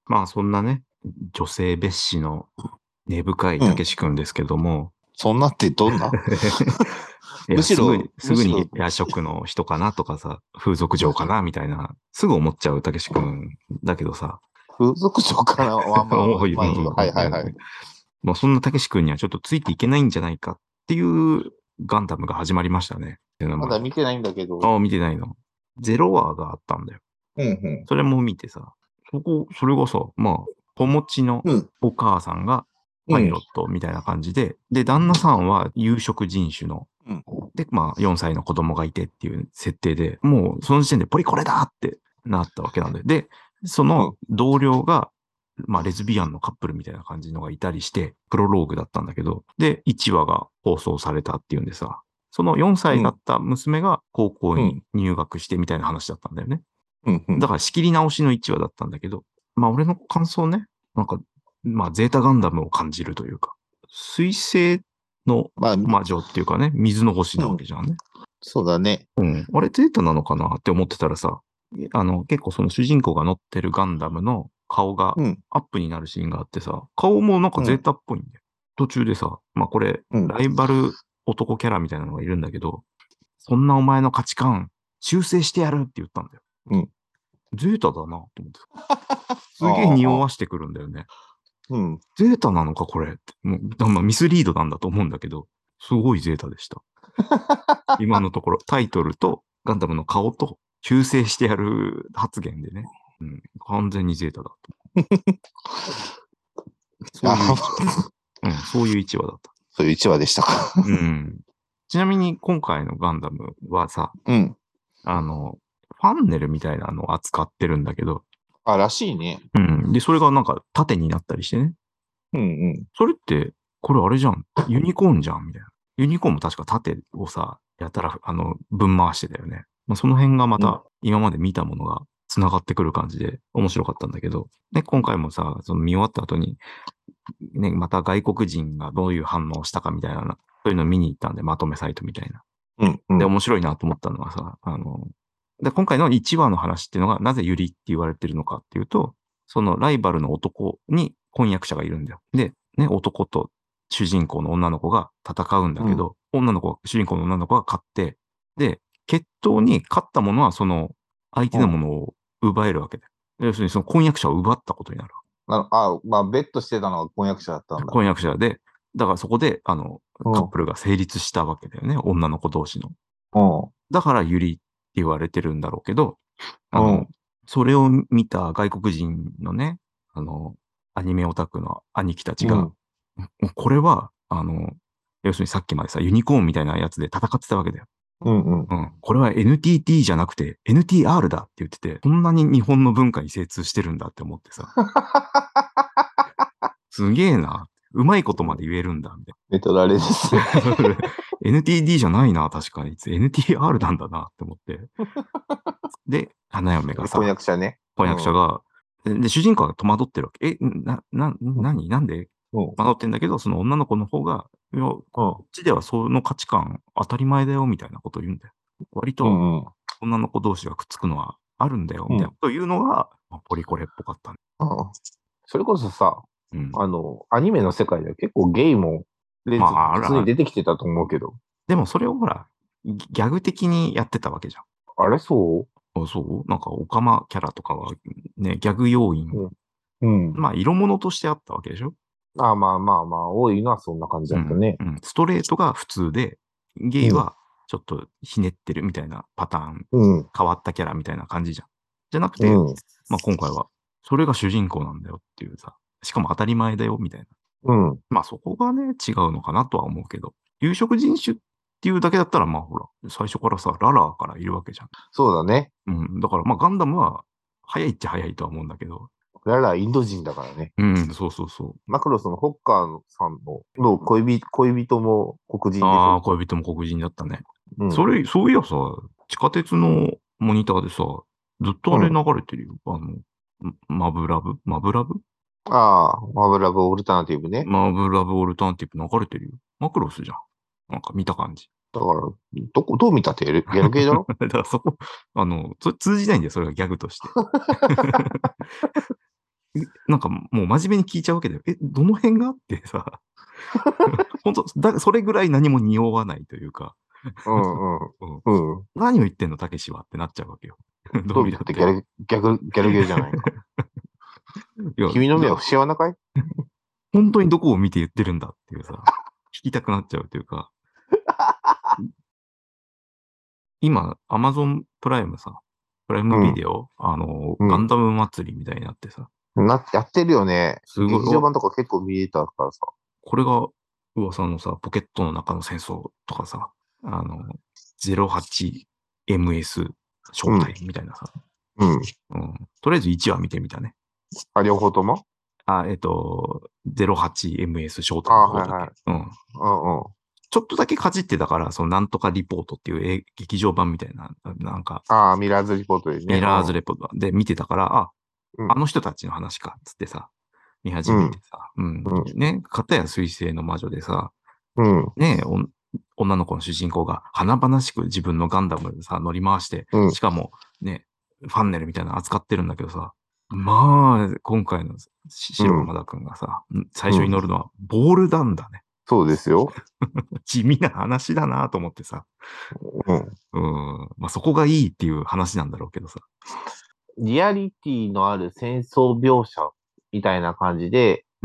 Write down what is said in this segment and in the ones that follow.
まあそんなね、女性蔑視の根深いたけし君ですけども、 そんなってどんないや、 むしろ、 すぐに夜食の人かなとかさ、風俗嬢かなみたいな、すぐ思っちゃうたけし君だけどさ、 風俗嬢かなおいまあいいよ。はいはいはい。 まあそんなたけし君にはちょっとついていけないんじゃないかっていうガンダムが始まりましたね。っていうのもまだ見てないんだけど。 ああ、見てないの。ゼロ話があったんだよ。 うんそれも見てさ、それがさ、まあ、子持ちのうん。 お母さんがうん。 パイロットみたいな感じで、で、旦那さんは有色人種の、 うん。 で、まあ、4歳の子供がいてっていう設定で、もうその時点でポリコレだってなったわけなんで。で、その同僚が、まあ、レズビアンのカップルみたいな感じのがいたりして、プロローグだったんだけど、で、1話が放送されたっていうんでさ、その4歳だった娘が高校に入学してみたいな話だったんだよね。だから仕切り直しの1話だったんだけど、まあ俺の感想ね、なんか、まあゼータガンダムを感じるというか、水星のまあ、 魔女っていうかね、水の星なわけじゃんね。 そうだね。 うん。あれゼータなのかなって思ってたらさ、結構その主人公が乗ってるガンダムの顔がうん。 アップになるシーンがあってさ、顔もなんかゼーうん。 タっぽいんだよ。途中でさ、まあこれ、 うん。 ライバル男キャラみたいなのがいるんだけど、そんなお前の価値観、修正してやるって言ったんだよ。 うん。 ゼータだなと思って。すげえ匂ああ。 わしてくるんだよね。 うん。 ゼータなのかこれって。もう、まあ、ミスリードなんだと思うんだけど、すごいゼータでした。今のところ、タイトルとガンダムの顔と修正してやる発言でね。うん、完全にゼータだと。そういう一話。うん、そういう一話だった。 そういう1話でしたか。 うん。ちなみに今回のガンダムはさ、 うん。 ファンネルみたいなのを扱ってるんだけど、 あ、らしいね。 うん。で、それがなんか縦になったりしてね。 うんうん。 それって、これあれじゃん。ユニコーンじゃん、みたいな。ユニコーンも確か縦をさ、やたら、分回してたよね。まあ、その辺がまうん。 た、今まで見たものが繋がってくる感じで面白かったんだけど、ね、今回もさ、その見終わった後に、ね、また外国人がどういう反応をしたかみたいな、そういうのを見に行ったんで、まとめサイトみたいな。 うんうで、 ん。 面白いなと思ったのはさ、で、今回の1話の話っていうのが、なぜユリって言われてるのかっていうと、そのライバルの男に婚約者がいるんだよ。で、ね、男と主人公の女の子が戦うんだけど、主人公の女の子が勝って、で、決闘に勝った者はその相手のものを奪えるわけだよ。要するにその婚約者を奪ったことになる。 まあ、ベッドしてたのが婚約者だったんだ。 婚約者で、だからそこで、 うん。 カップルが成立したわけだよね。女の子同士の。 うん。 だからユリって言われてるんだろうけど、あの、 うん。 それを見た外国人のね、アニメオタクの兄貴たちが、 うん。 これは、要するにさっきまでさ、ユニコーンみたいなやつで戦ってたわけだよ。 うんうん。 うん。これは NTT じゃなくて NTR だって言ってて、こんなに日本の文化に精通してるんだって思ってさ、すげえな。うまいことまで言えるんだ、みたいネトラレですね。 な。NTD じゃないな、確かに。NTR なんだなって思って。で、花嫁が婚さ、 約者ね。 婚うん。 約者が、で、主人公が戸惑ってるわけ。なんでうん。 戸惑ってんだけど、その女の子の方が、いや、こうん。 っちではその価値観当たり前だよ、みたいなことを言うんだよ。割とうんうん。 女の子同士がくっつくのはあるんだよ、みたいなうん。 ことを言うのが、ポリコレっぽかったね。 うん。それこそさ、 うん。 アニメの世界では結構ゲイもまあ、 普通に出てきてたと思うけど。 でもそれをほら、ギャグ的にやってたわけじゃん。 あれそあ、そうなんか、オカマキャラとかは、ね、ギャグ要因。 ううん。うん。 まあ、色物としてあったわけでしょ。 あまあまあまあ、多いのはそんな感じうん。 だったね。 うん。ストレートが普通で、ゲイうん。 はちょっとひねってるみたいなパターン、 うん。 変わったキャラみたいな感じじゃん。じゃなくうて、 ん。 まあ今回は、それが主人公なんだよっていうさ、しかも当たり前だよみたいな。 うん。 まあそこがね、違うのかなとは思うけど、有色人種っていうだけだったら、まあほら、最初からさ、ララーからいるわけじゃん。 そうだね。 うん。だからまあガンダムは、早いっちゃ早いとは思うんだけど、 俺らインド人だからね。 うん、そうそうそう。 マクロスのホッカーさんの恋人も黒人でしああ、 ょ。 恋人も黒人だったね。 うん。 そういやさ、地下鉄のモニターでさ、ずっとあれ流うん。 れてるよ。マブラブああ、マブラブオルタナティブね。 マブラブオルタナティブ流れてるよ。マクロスじゃん。なんか見た感じ。 だから、どう見たってギャル系だろだからそこ、通じないんだよ、それがギャグとして。 なんかもう真面目に聞いちゃうわけだよ。どの辺がってさ、本当それぐらい何も匂わないというか、 うんうん。 うん。 うん。 何を言ってんの、たけしはってなっちゃうわけよ。どう見そうだたって。 ってギャルゲーじゃないか。 いや、 君の目は節穴かい？ 本当にどこを見て言ってるんだっていうさ、聞きたくなっちゃうというか、今、アマゾンプライムさ、プライムビうん。 デオ、 うん。 ガンダム祭りみたいになってさ、 やってるよね。 すごい、 劇場版とか結構見えたからさ。 これが噂のさ、ポケットの中の戦争とかさ、08MS 正うん。 体みたいなさ、 うん。 うん。とりあえず1話見てみたね。 あ、両方とも？ 08MS 正体のあ、 方だけ。 はいはい。 うん。 うんうん。 ちょっとだけかじってたから、そのなんとかリポートっていう劇場版みたいな、なんか、 ああ、ミラーズリポートでね。 ミラーズレポートで見てたから、 うん。 あの人たちの話か、つってさ、見始うん。 めてさ、うん。 うん。 ね、片や水星の魔女でさ、 うん。 ね、女の子の主人公が華々しく自分のガンダムでさ、乗り回して、 うん。 しかもね、ファンネルみたいなの扱ってるんだけどさ、まあ、今回の白うん。 山田くんがさ、最うん。 初に乗るのはボールなんだね。 そうですよ。 地味な話だなと思ってさ。 うん。 うん。まあ、そこがいいっていう話なんだろうけどさ。 リアリティのある戦争描写みたいな感じで、 うん。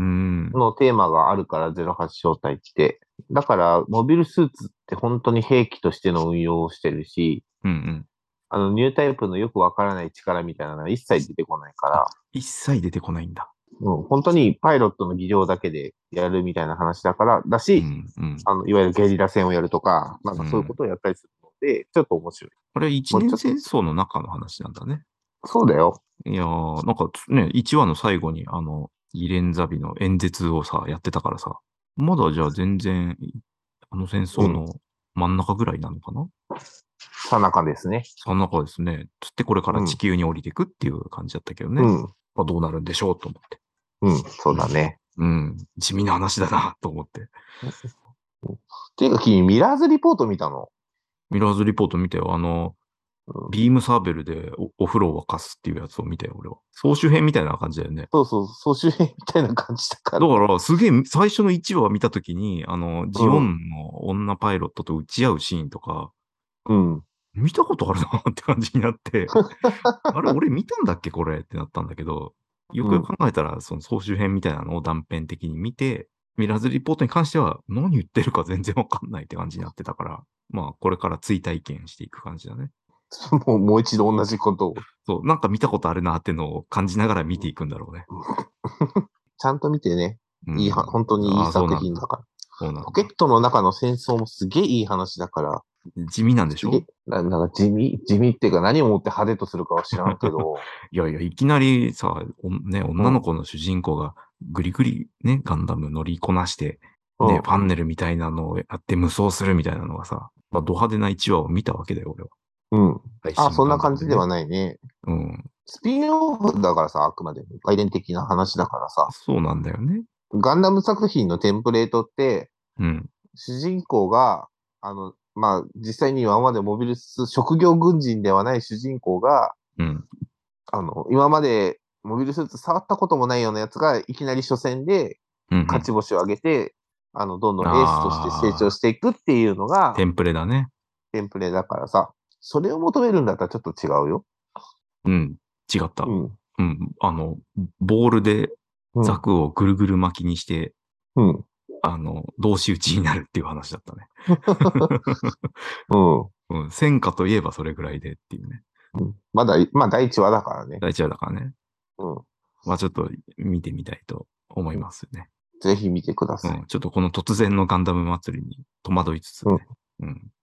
のテーマがあるから08招待って。だから、モビルスーツって本当に兵器としての運用をしてるし、 うんうん。 ニュータイプのよくわからない力みたいなのは一切出てこないかあ、 ら、 一切出てこないんだ。 本当にパイロットの技量だけでやるみたいな話だから、だし、 うん、うん、 いわゆるゲリラ戦をやるとか、なんかそういうこうん。 とをやったりするので、ちょっと面白い。 これ一もうちょっと、 年戦争の中の話なんだね。 そうだよ。 いやー、なんかね、1話の最後にイレンザビの演説をさ、やってたからさ、まだじゃあ全然、あの戦争うん。 の真ん中ぐらいなのかな。 さなかですね。 その中ですね。つってこれからうん。 地球に降りてくっていう感じだったけどね。 うん。 まあ、どうなるんでしょうと思って。 うん。そううん。 だね。 うん。地味な話だなと思って。 ていうか、君、ミラーズリポート見たの？ ミラーズリポート見てよ。 うん。 ビームサーベルでお風呂を沸かすっていうやつを見てよ、俺は。総集編みたいな感じだよね。 そうそう、総集編みたいな感じだから。 だから、すげえ、最初の1話見たときに、ジオうん。 ンの女パイロットと打ち合うシーンとか、 うん。 見たことあるなって感じになって、あれ、俺見たんだっけこれってなったんだけど、よくようん。 く考えたら、その総集編みたいなのを断片的に見て、ミラーズリポートに関しては、何言ってるか全然わかんないって感じになってたから、まあ、これから追体験していく感じだね。 もう一度同じことを。 そう、なんか見たことあるなってのを感じながら見ていくんだろうね。 ちゃんと見てね。 うん。 本当にいいああ、そうなんだ。 作品だから。 そうなんだ。 ポケットの中の戦争もすげえいい話だから、 地味なんでしょ？ すげえ、なんか地味っていうか何をもって派手とするかは知らんけど、 いやいや、いきなりさ、ね、 うん、 女の子の主人公がぐりぐりね、ガンダム乗りこなして、ね、 うん、 ファンネルみたいなのをやって無双するみたいなのがさ、まあ、ド派手な1話を見たわけだよ、俺は。 うん。あ、 最新のガそんなンダムでね。 感じではないね。 うん。 スピンオフだからさ、あくまでも外伝的な話だからさ、 そうなんだよね。 ガンダム作品のテンプレートって、 うん。 主人公が、まあ、実際に今までモビルス、職業軍人ではない主人公が、 うん。 今までモビルスーツ触ったこともないようなやつが、いきなり初戦でうん。 勝ち星を上げて、どんどうん。 んエースとして成長ああ、 していくっていうのが、 テンプレだね。 テンプレだからさ、それを求めるんだったらちょっと違うよ。 うん。違った。 うん、 うん。ボールでうん、 ザクをぐるぐる巻きにして、 うん。 同士打ちになるっていう話だったね。 うん。 うん。戦果といえばそれぐらいでっていうね。 まあ第一話だからね。 第一話だからね。 うん。 まあちょっと見てみたいと思いますね。 ぜひ見てください。 うん。ちょっとこの突然のガンダム祭りに戸惑いつつうん。 ね。うん。